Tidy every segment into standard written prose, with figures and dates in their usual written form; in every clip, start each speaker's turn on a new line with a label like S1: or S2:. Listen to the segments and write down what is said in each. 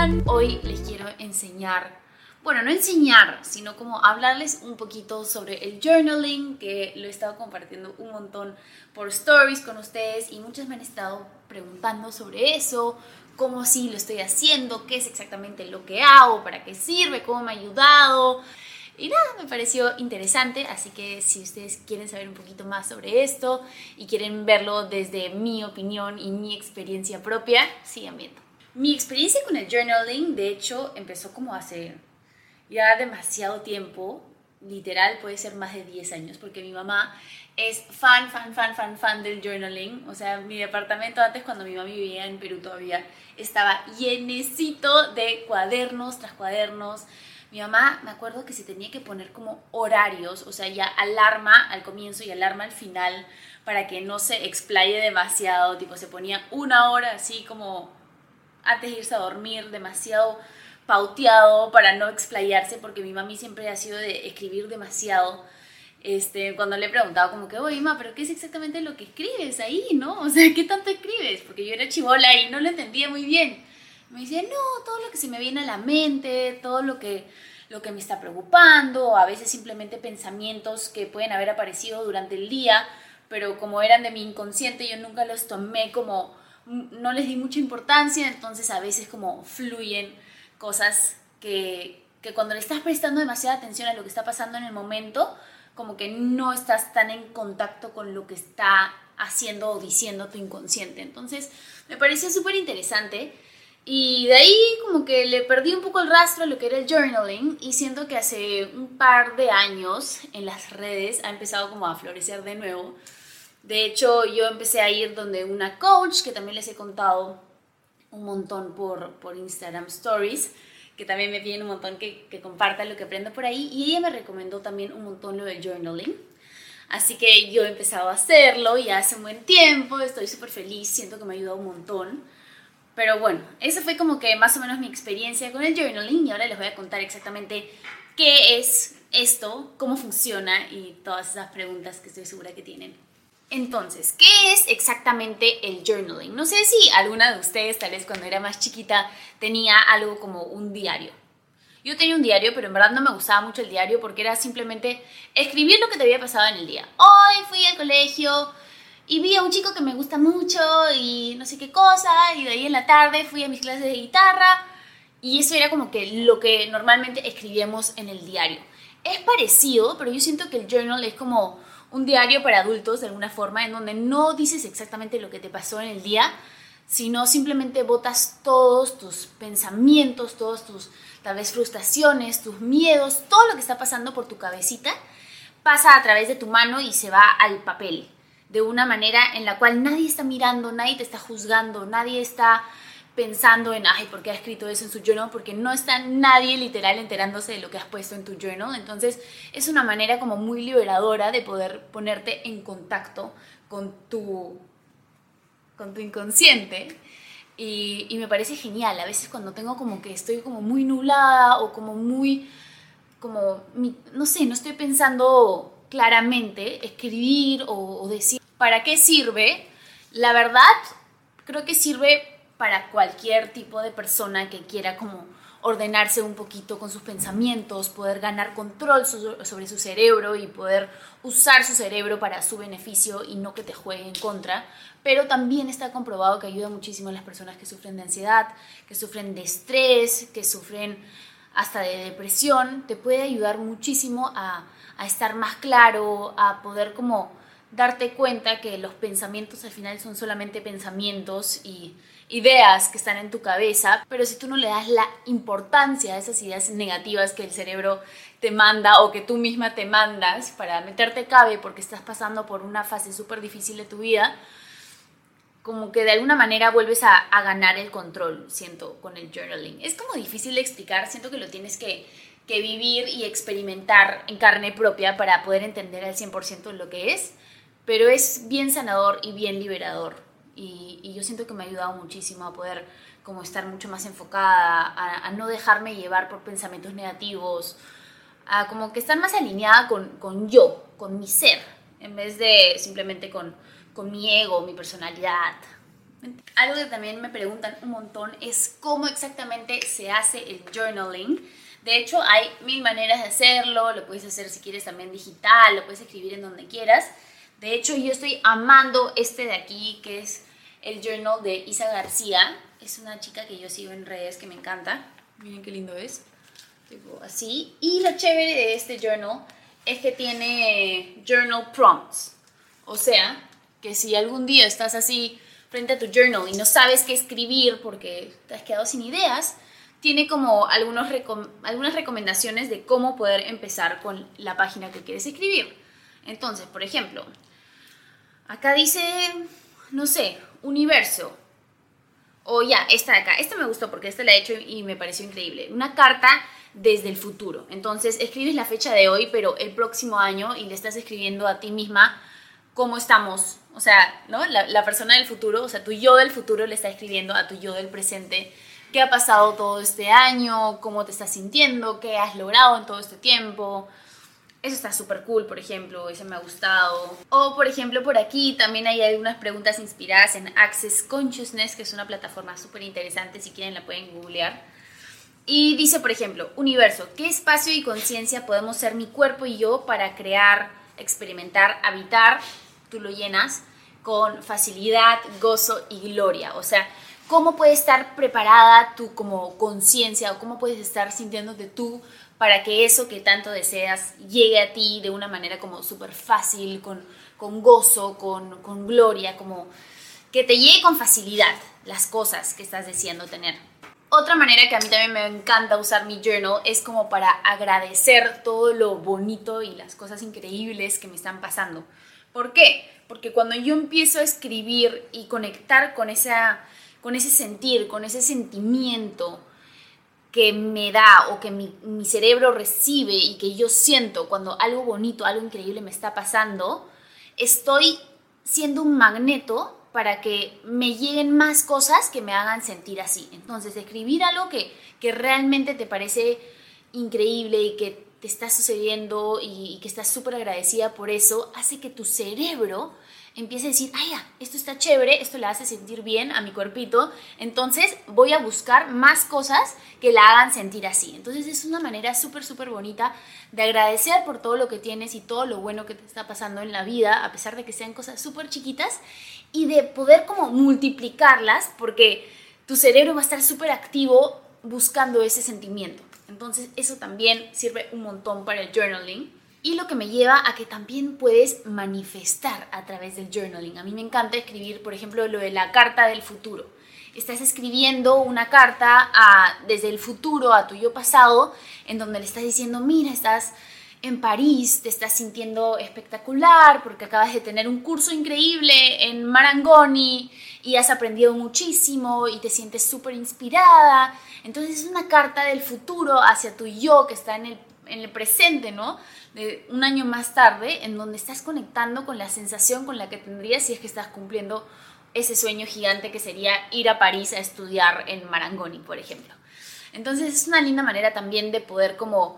S1: están? Hoy les quiero enseñar, bueno, no enseñar, sino como hablarles un poquito sobre el journaling, que lo he estado compartiendo un montón por stories con ustedes y muchos me han estado preguntando sobre eso, cómo sí lo estoy haciendo, qué es exactamente lo que hago, para qué sirve, cómo me ha ayudado. Y nada, me pareció interesante, así que si ustedes quieren saber un poquito más sobre esto y quieren verlo desde mi opinión y mi experiencia propia, sigan viendo. Mi experiencia con el journaling, de hecho, empezó como hace ya demasiado tiempo, literal puede ser más de 10 años, porque mi mamá es fan del journaling. O sea, mi departamento antes, cuando mi mamá vivía en Perú todavía, estaba llenecito de cuadernos tras cuadernos. Mi mamá, me acuerdo que se tenía que poner como horarios, o sea, ya alarma al comienzo y alarma al final para que no se explaye demasiado, tipo se ponía 1 hora así como antes de irse a dormir, demasiado pauteado para no explayarse, porque mi mami siempre ha sido de escribir demasiado. Cuando le he preguntado como que, oye, ma, ¿pero qué es exactamente lo que escribes ahí, no? O sea, ¿qué tanto escribes? Porque yo era chibola y no lo entendía muy bien. Me decía, no, todo lo que se me viene a la mente, todo lo que me está preocupando, a veces simplemente pensamientos que pueden haber aparecido durante el día, pero como eran de mi inconsciente, yo nunca los tomé como, no les di mucha importancia, entonces a veces como fluyen cosas que cuando le estás prestando demasiada atención a lo que está pasando en el momento, como que no estás tan en contacto con lo que está haciendo o diciendo tu inconsciente. Entonces me pareció súper interesante y de ahí como que le perdí un poco el rastro a lo que era el journaling, y siento que hace un par de años en las redes ha empezado como a florecer de nuevo. De hecho, yo empecé a ir donde una coach, que también les he contado un montón por Instagram Stories, que también me piden un montón que comparta lo que aprendo por ahí, y ella me recomendó también un montón lo del journaling. Así que yo he empezado a hacerlo y hace un buen tiempo, estoy súper feliz, siento que me ha ayudado un montón. Pero bueno, esa fue como que más o menos mi experiencia con el journaling, y ahora les voy a contar exactamente qué es esto, cómo funciona y todas esas preguntas que estoy segura que tienen. Entonces, ¿qué es exactamente el journaling? No sé si alguna de ustedes, tal vez cuando era más chiquita, tenía algo como un diario. Yo tenía un diario, pero en verdad no me gustaba mucho el diario porque era simplemente escribir lo que te había pasado en el día. Hoy fui al colegio y vi a un chico que me gusta mucho y no sé qué cosa, y de ahí en la tarde fui a mis clases de guitarra, y eso era como que lo que normalmente escribíamos en el diario. Es parecido, pero yo siento que el journal es como un diario para adultos de alguna forma, en donde no dices exactamente lo que te pasó en el día, sino simplemente botas todos tus pensamientos, todos tus tal vez frustraciones, tus miedos, todo lo que está pasando por tu cabecita pasa a través de tu mano y se va al papel, de una manera en la cual nadie está mirando, nadie te está juzgando, nadie está pensando en, ay, ¿por qué ha escrito eso en su journal? Porque no está nadie literal enterándose de lo que has puesto en tu journal. Entonces es una manera como muy liberadora de poder ponerte en contacto con tu inconsciente, y me parece genial. A veces cuando tengo como que estoy como muy nublada o como muy, como, no sé, no estoy pensando claramente, escribir o decir, ¿para qué sirve? La verdad, creo que sirve para cualquier tipo de persona que quiera como ordenarse un poquito con sus pensamientos, poder ganar control sobre su cerebro y poder usar su cerebro para su beneficio y no que te juegue en contra. Pero también está comprobado que ayuda muchísimo a las personas que sufren de ansiedad, que sufren de estrés, que sufren hasta de depresión. Te puede ayudar muchísimo a estar más claro, a poder como darte cuenta que los pensamientos al final son solamente pensamientos y ideas que están en tu cabeza, pero si tú no le das la importancia a esas ideas negativas que el cerebro te manda o que tú misma te mandas para meterte cabe porque estás pasando por una fase súper difícil de tu vida, como que de alguna manera vuelves a ganar el control, siento, con el journaling. Es como difícil de explicar, siento que lo tienes que vivir y experimentar en carne propia para poder entender al 100% lo que es, pero es bien sanador y bien liberador, y yo siento que me ha ayudado muchísimo a poder como estar mucho más enfocada, a no dejarme llevar por pensamientos negativos, a como que estar más alineada con yo, con mi ser, en vez de simplemente con mi ego, mi personalidad. Algo que también me preguntan un montón es cómo exactamente se hace el journaling. De hecho, hay 1000 maneras de hacerlo. Lo puedes hacer si quieres también digital, lo puedes escribir en donde quieras. De hecho, yo estoy amando este de aquí, que es el journal de Isa García. Es una chica que yo sigo en redes que me encanta. Miren qué lindo es. Tipo así. Y lo chévere de este journal es que tiene journal prompts. O sea, que si algún día estás así frente a tu journal y no sabes qué escribir porque te has quedado sin ideas, tiene como algunas recomendaciones de cómo poder empezar con la página que quieres escribir. Entonces, por ejemplo, acá dice, no sé, universo. O ya, esta de acá. Esta me gustó porque esta la he hecho y me pareció increíble. Una carta desde el futuro. Entonces, escribes la fecha de hoy, pero el próximo año y le estás escribiendo a ti misma cómo estamos. O sea, ¿no? La persona del futuro, o sea, tu yo del futuro le está escribiendo a tu yo del presente qué ha pasado todo este año, cómo te estás sintiendo, qué has logrado en todo este tiempo. Eso está súper cool, por ejemplo, ese me ha gustado. O, por ejemplo, por aquí también hay algunas preguntas inspiradas en Access Consciousness, que es una plataforma súper interesante, si quieren la pueden googlear. Y dice, por ejemplo, universo, ¿qué espacio y conciencia podemos ser mi cuerpo y yo para crear, experimentar, habitar? Tú lo llenas con facilidad, gozo y gloria. O sea, ¿cómo puedes estar preparada tú como conciencia o cómo puedes estar sintiéndote tú para que eso que tanto deseas llegue a ti de una manera como súper fácil, con gozo, con gloria, como que te llegue con facilidad las cosas que estás deseando tener? Otra manera que a mí también me encanta usar mi journal es como para agradecer todo lo bonito y las cosas increíbles que me están pasando. ¿Por qué? Porque cuando yo empiezo a escribir y conectar con ese sentir, con ese sentimiento que me da o que mi cerebro recibe y que yo siento cuando algo bonito, algo increíble me está pasando, estoy siendo un magneto para que me lleguen más cosas que me hagan sentir así. Entonces, escribir algo que realmente te parece increíble y que te está sucediendo y que estás súper agradecida por eso, hace que tu cerebro empiece a decir, ah, ya, esto está chévere, esto le hace sentir bien a mi cuerpito, entonces voy a buscar más cosas que la hagan sentir así. Entonces es una manera súper, súper bonita de agradecer por todo lo que tienes y todo lo bueno que te está pasando en la vida, a pesar de que sean cosas súper chiquitas, y de poder como multiplicarlas, porque tu cerebro va a estar súper activo buscando ese sentimiento. Entonces eso también sirve un montón para el journaling. Y lo que me lleva a que también puedes manifestar a través del journaling. A mí me encanta escribir, por ejemplo, lo de la carta del futuro. Estás escribiendo una carta desde el futuro a tu yo pasado, en donde le estás diciendo, mira, estás en París, te estás sintiendo espectacular porque acabas de tener un curso increíble en Marangoni y has aprendido muchísimo y te sientes súper inspirada. Entonces es una carta del futuro hacia tu yo que está en el presente, ¿no? De un año más tarde, en donde estás conectando con la sensación con la que tendrías si es que estás cumpliendo ese sueño gigante que sería ir a París a estudiar en Marangoni, por ejemplo. Entonces es una linda manera también de poder como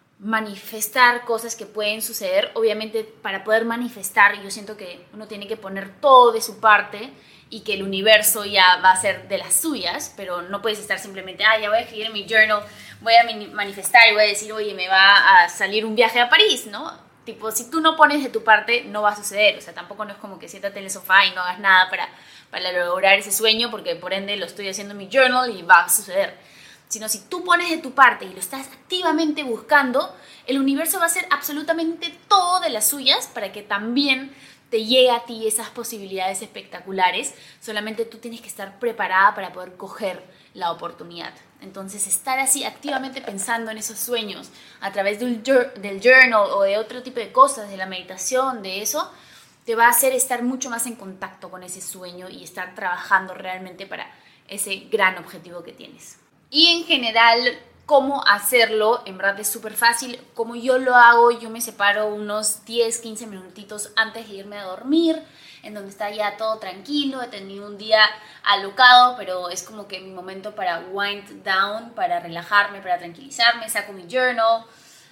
S1: manifestar cosas que pueden suceder. Obviamente, para poder manifestar, yo siento que uno tiene que poner todo de su parte y que el universo ya va a ser de las suyas, pero no puedes estar simplemente, ya voy a escribir en mi journal, voy a manifestar y voy a decir, oye, me va a salir un viaje a París, ¿no? Tipo, si tú no pones de tu parte, no va a suceder. O sea, tampoco no es como que siéntate en el sofá y no hagas nada para lograr ese sueño, porque por ende lo estoy haciendo en mi journal y va a suceder. Sino si tú pones de tu parte y lo estás activamente buscando, el universo va a hacer absolutamente todo de las suyas para que también te llegue a ti esas posibilidades espectaculares. Solamente tú tienes que estar preparada para poder coger la oportunidad. Entonces, estar así activamente pensando en esos sueños a través del journal o de otro tipo de cosas, de la meditación, de eso, te va a hacer estar mucho más en contacto con ese sueño y estar trabajando realmente para ese gran objetivo que tienes. Y en general, cómo hacerlo, en verdad es súper fácil. Como yo lo hago, yo me separo unos 10, 15 minutitos antes de irme a dormir, en donde está ya todo tranquilo. He tenido un día alocado, pero es como que mi momento para wind down, para relajarme, para tranquilizarme. Saco mi journal,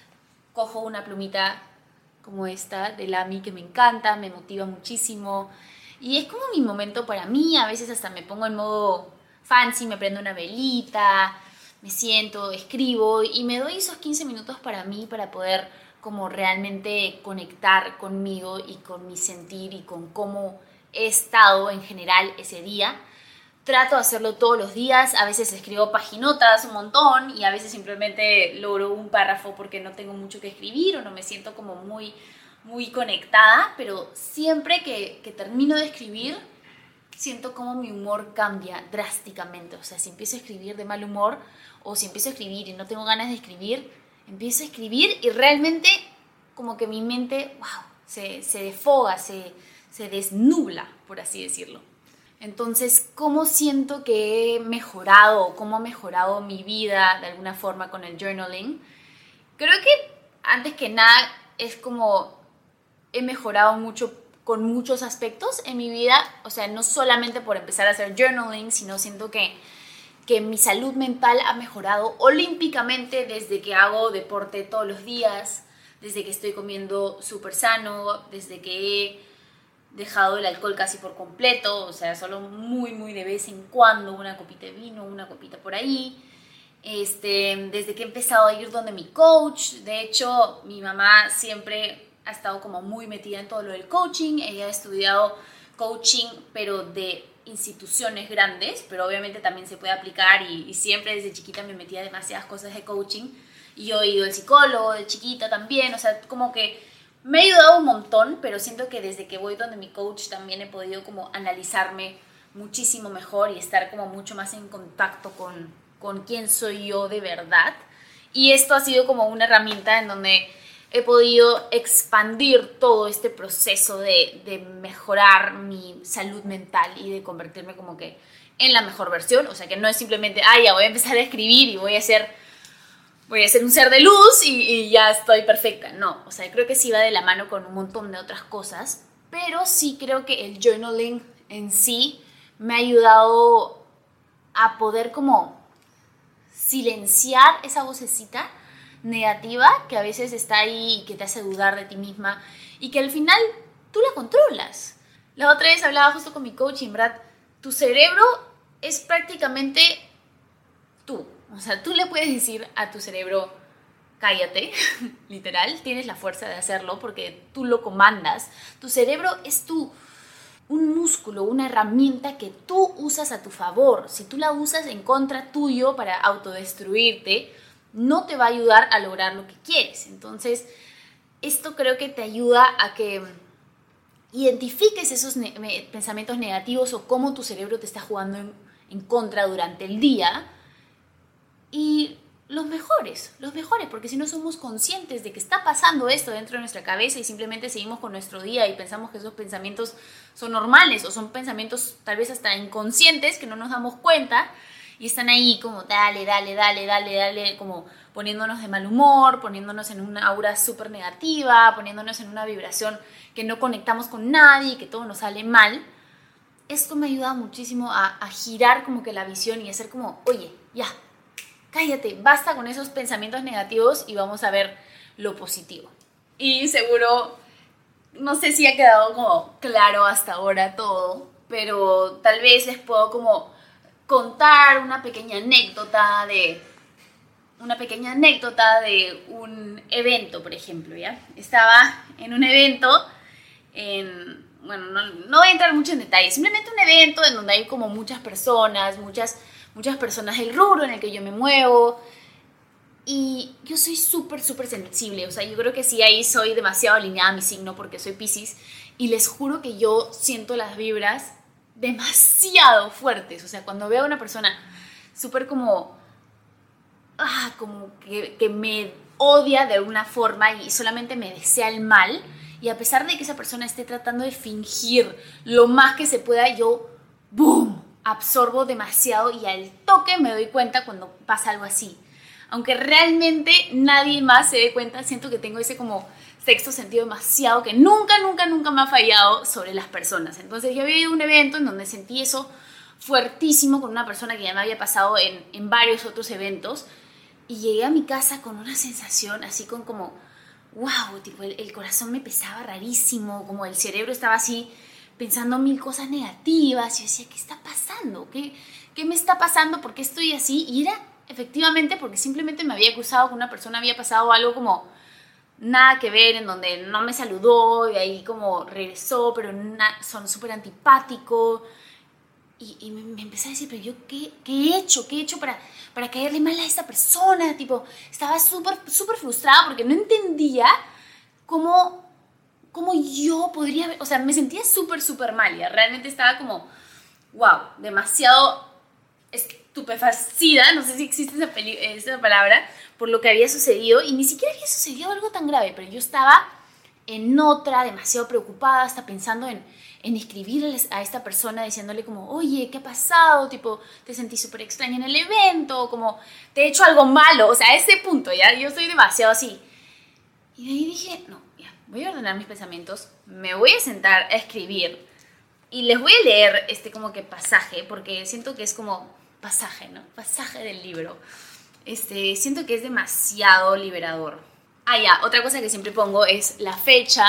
S1: cojo una plumita como esta de Lamy que me encanta, me motiva muchísimo. Y es como mi momento para mí. A veces hasta me pongo en modo fancy, me prendo una velita, me siento, escribo y me doy esos 15 minutos para mí, para poder como realmente conectar conmigo y con mi sentir y con cómo he estado en general ese día. Trato de hacerlo todos los días, a veces escribo paginotas un montón y a veces simplemente logro un párrafo porque no tengo mucho que escribir o no me siento como muy conectada, pero siempre que termino de escribir siento como mi humor cambia drásticamente. O sea, si empiezo a escribir de mal humor o si empiezo a escribir y no tengo ganas de escribir, empiezo a escribir y realmente como que mi mente, wow, se desfoga, se desnubla, por así decirlo. Entonces, ¿cómo siento que he mejorado, cómo ha mejorado mi vida de alguna forma con el journaling? Creo que antes que nada es como he mejorado mucho con muchos aspectos en mi vida, o sea, no solamente por empezar a hacer journaling, sino siento que mi salud mental ha mejorado olímpicamente desde que hago deporte todos los días, desde que estoy comiendo súper sano, desde que he dejado el alcohol casi por completo, o sea, solo muy de vez en cuando, una copita de vino, una copita por ahí. Desde que he empezado a ir donde mi coach, de hecho, mi mamá siempre ha estado como muy metida en todo lo del coaching, ella ha estudiado coaching, pero de instituciones grandes, pero obviamente también se puede aplicar y siempre desde chiquita me metía demasiadas cosas de coaching y yo he ido al psicólogo de chiquita también, o sea, como que me ha ayudado un montón, pero siento que desde que voy donde mi coach también he podido como analizarme muchísimo mejor y estar como mucho más en contacto con quién soy yo de verdad. Y esto ha sido como una herramienta en donde he podido expandir todo este proceso de mejorar mi salud mental y de convertirme como que en la mejor versión. O sea, que no es simplemente, ya voy a empezar a escribir y voy a ser un ser de luz y ya estoy perfecta. No, o sea, creo que sí va de la mano con un montón de otras cosas, pero sí creo que el journaling en sí me ha ayudado a poder como silenciar esa vocecita negativa que a veces está ahí y que te hace dudar de ti misma y que al final tú la controlas. La otra vez hablaba justo con mi coach y en verdad, tu cerebro es prácticamente tú. O sea, tú le puedes decir a tu cerebro, cállate, literal, tienes la fuerza de hacerlo porque tú lo comandas. Tu cerebro es un músculo, una herramienta que tú usas a tu favor. Si tú la usas en contra tuyo para autodestruirte, no te va a ayudar a lograr lo que quieres. Entonces, esto creo que te ayuda a que identifiques esos pensamientos negativos o cómo tu cerebro te está jugando en contra durante el día. Y los mejores, porque si no somos conscientes de que está pasando esto dentro de nuestra cabeza y simplemente seguimos con nuestro día y pensamos que esos pensamientos son normales o son pensamientos tal vez hasta inconscientes que no nos damos cuenta y están ahí como dale, como poniéndonos de mal humor, poniéndonos en una aura súper negativa, poniéndonos en una vibración que no conectamos con nadie y que todo nos sale mal. Esto me ayuda muchísimo a girar como que la visión y hacer como, oye, ya, cállate, basta con esos pensamientos negativos y vamos a ver lo positivo. Y seguro, no sé si ha quedado como claro hasta ahora todo, pero tal vez les puedo como contar una pequeña anécdota de un evento, por ejemplo, ¿ya? Estaba en un evento, bueno, no voy a entrar mucho en detalles, simplemente un evento en donde hay como muchas personas del rubro en el que yo me muevo y yo soy súper sensible, o sea, yo creo que sí ahí soy demasiado alineada a mi signo porque soy Piscis y les juro que yo siento las vibras demasiado fuertes, o sea, cuando veo a una persona súper como que me odia de alguna forma y solamente me desea el mal y a pesar de que esa persona esté tratando de fingir lo más que se pueda, yo ¡boom!, absorbo demasiado y al toque me doy cuenta cuando pasa algo así. Aunque realmente nadie más se dé cuenta, siento que tengo ese como sexto sentido demasiado que nunca me ha fallado sobre las personas. Entonces yo había ido a un evento en donde sentí eso fuertísimo con una persona que ya me había pasado en varios otros eventos y llegué a mi casa con una sensación así con como wow, tipo el corazón me pesaba rarísimo, como el cerebro estaba así pensando mil cosas negativas. Yo decía, ¿qué está pasando? ¿Qué me está pasando? ¿Por qué estoy así? Y era efectivamente porque simplemente me había cruzado con una persona, había pasado algo como nada que ver, en donde no me saludó y ahí como regresó, pero son súper antipático. Y me empecé a decir, pero yo, ¿qué he hecho? ¿Qué he hecho para caerle mal a esta persona? Tipo, estaba súper, súper frustrada porque no entendía cómo yo podría... O sea, me sentía súper, súper mal. Ya realmente estaba como, wow, demasiado estupefacida, no sé si existe esa palabra, por lo que había sucedido. Y ni siquiera había sucedido algo tan grave, pero yo estaba en otra, demasiado preocupada, hasta pensando en escribirle a esta persona diciéndole como, oye, ¿qué ha pasado? Tipo, te sentí súper extraña en el evento, como, te he hecho algo malo, o sea, a ese punto, ya, yo soy demasiado así. Y de ahí dije, no, ya, voy a ordenar mis pensamientos, me voy a sentar a escribir y les voy a leer como que pasaje, porque siento que es como pasaje, ¿no? Pasaje del libro. Siento que es demasiado liberador. Ah, ya, otra cosa que siempre pongo es la fecha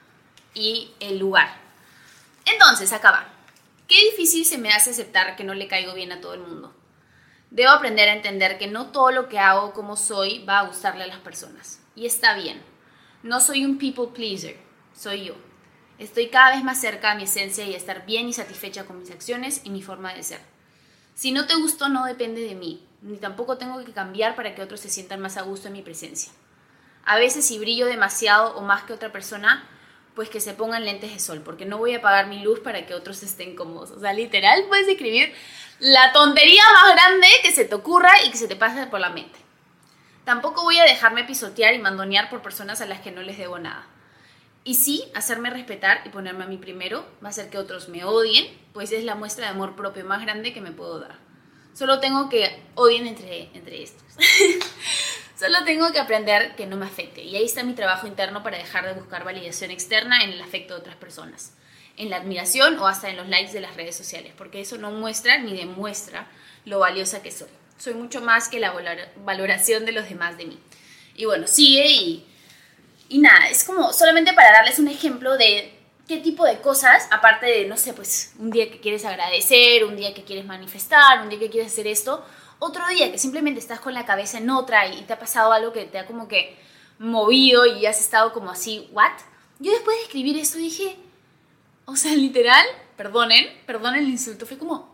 S1: y el lugar. Entonces, acá va. Qué difícil se me hace aceptar que no le caigo bien a todo el mundo. Debo aprender a entender que no todo lo que hago como soy va a gustarle a las personas. Y está bien. No soy un people pleaser, soy yo. Estoy cada vez más cerca a mi esencia y a estar bien y satisfecha con mis acciones y mi forma de ser. Si no te gustó, no depende de mí, ni tampoco tengo que cambiar para que otros se sientan más a gusto en mi presencia. A veces si brillo demasiado o más que otra persona, pues que se pongan lentes de sol, porque no voy a apagar mi luz para que otros estén cómodos. O sea, literal, puedes escribir la tontería más grande que se te ocurra y que se te pase por la mente. Tampoco voy a dejarme pisotear y mandonear por personas a las que no les debo nada. Y sí, hacerme respetar y ponerme a mí primero va a hacer que otros me odien, pues es la muestra de amor propio más grande que me puedo dar. Solo tengo que odien entre estos. Solo tengo que aprender que no me afecte. Y ahí está mi trabajo interno para dejar de buscar validación externa en el afecto de otras personas, en la admiración o hasta en los likes de las redes sociales, porque eso no muestra ni demuestra lo valiosa que soy. Soy mucho más que la valoración de los demás de mí. Y bueno, sigue y nada, es como solamente para darles un ejemplo de qué tipo de cosas, aparte de, no sé, pues un día que quieres agradecer, un día que quieres manifestar, un día que quieres hacer esto, otro día que simplemente estás con la cabeza en otra y te ha pasado algo que te ha como que movido y has estado como así, ¿what? Yo después de escribir esto dije, o sea, literal, perdonen el insulto, fue como,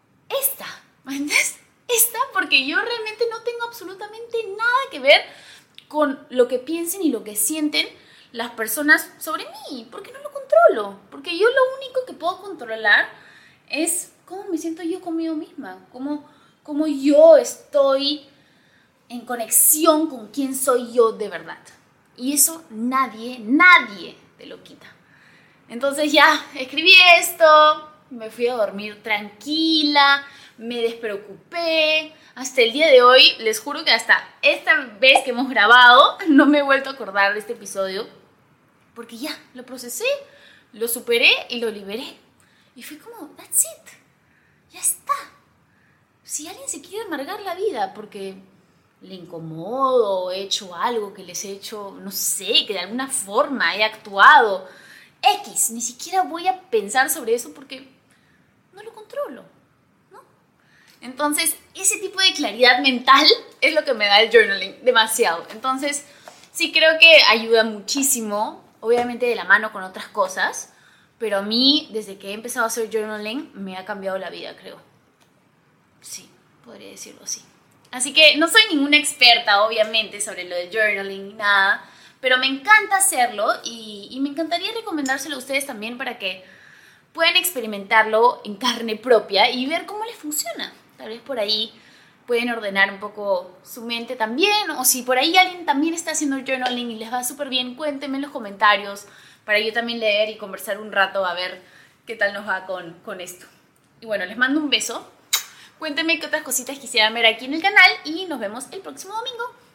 S1: ¿me entiendes? Porque yo realmente no tengo absolutamente nada que ver con lo que piensen y lo que sienten las personas sobre mí, porque no lo controlo, porque yo lo único que puedo controlar es cómo me siento yo conmigo misma, cómo yo estoy en conexión con quién soy yo de verdad. Y eso nadie te lo quita. Entonces ya escribí esto, me fui a dormir tranquila, me despreocupé. Hasta el día de hoy, les juro que hasta esta vez que hemos grabado, no me he vuelto a acordar de este episodio, porque ya, lo procesé, lo superé y lo liberé. Y fue como, that's it, ya está. Si alguien se quiere amargar la vida porque le incomodo o he hecho algo que les he hecho, no sé, que de alguna forma he actuado, X, ni siquiera voy a pensar sobre eso porque no lo controlo, ¿no? Entonces, ese tipo de claridad mental es lo que me da el journaling, demasiado. Entonces, sí creo que ayuda muchísimo, obviamente de la mano con otras cosas, pero a mí, desde que he empezado a hacer journaling, me ha cambiado la vida, creo. Sí, podría decirlo así. Así que no soy ninguna experta, obviamente, sobre lo del journaling ni nada, pero me encanta hacerlo y me encantaría recomendárselo a ustedes también para que puedan experimentarlo en carne propia y ver cómo les funciona. Tal vez por ahí pueden ordenar un poco su mente también, o si por ahí alguien también está haciendo journaling y les va súper bien, cuéntenme en los comentarios para yo también leer y conversar un rato a ver qué tal nos va con esto. Y bueno, les mando un beso. Cuéntenme qué otras cositas quisieran ver aquí en el canal y nos vemos el próximo domingo.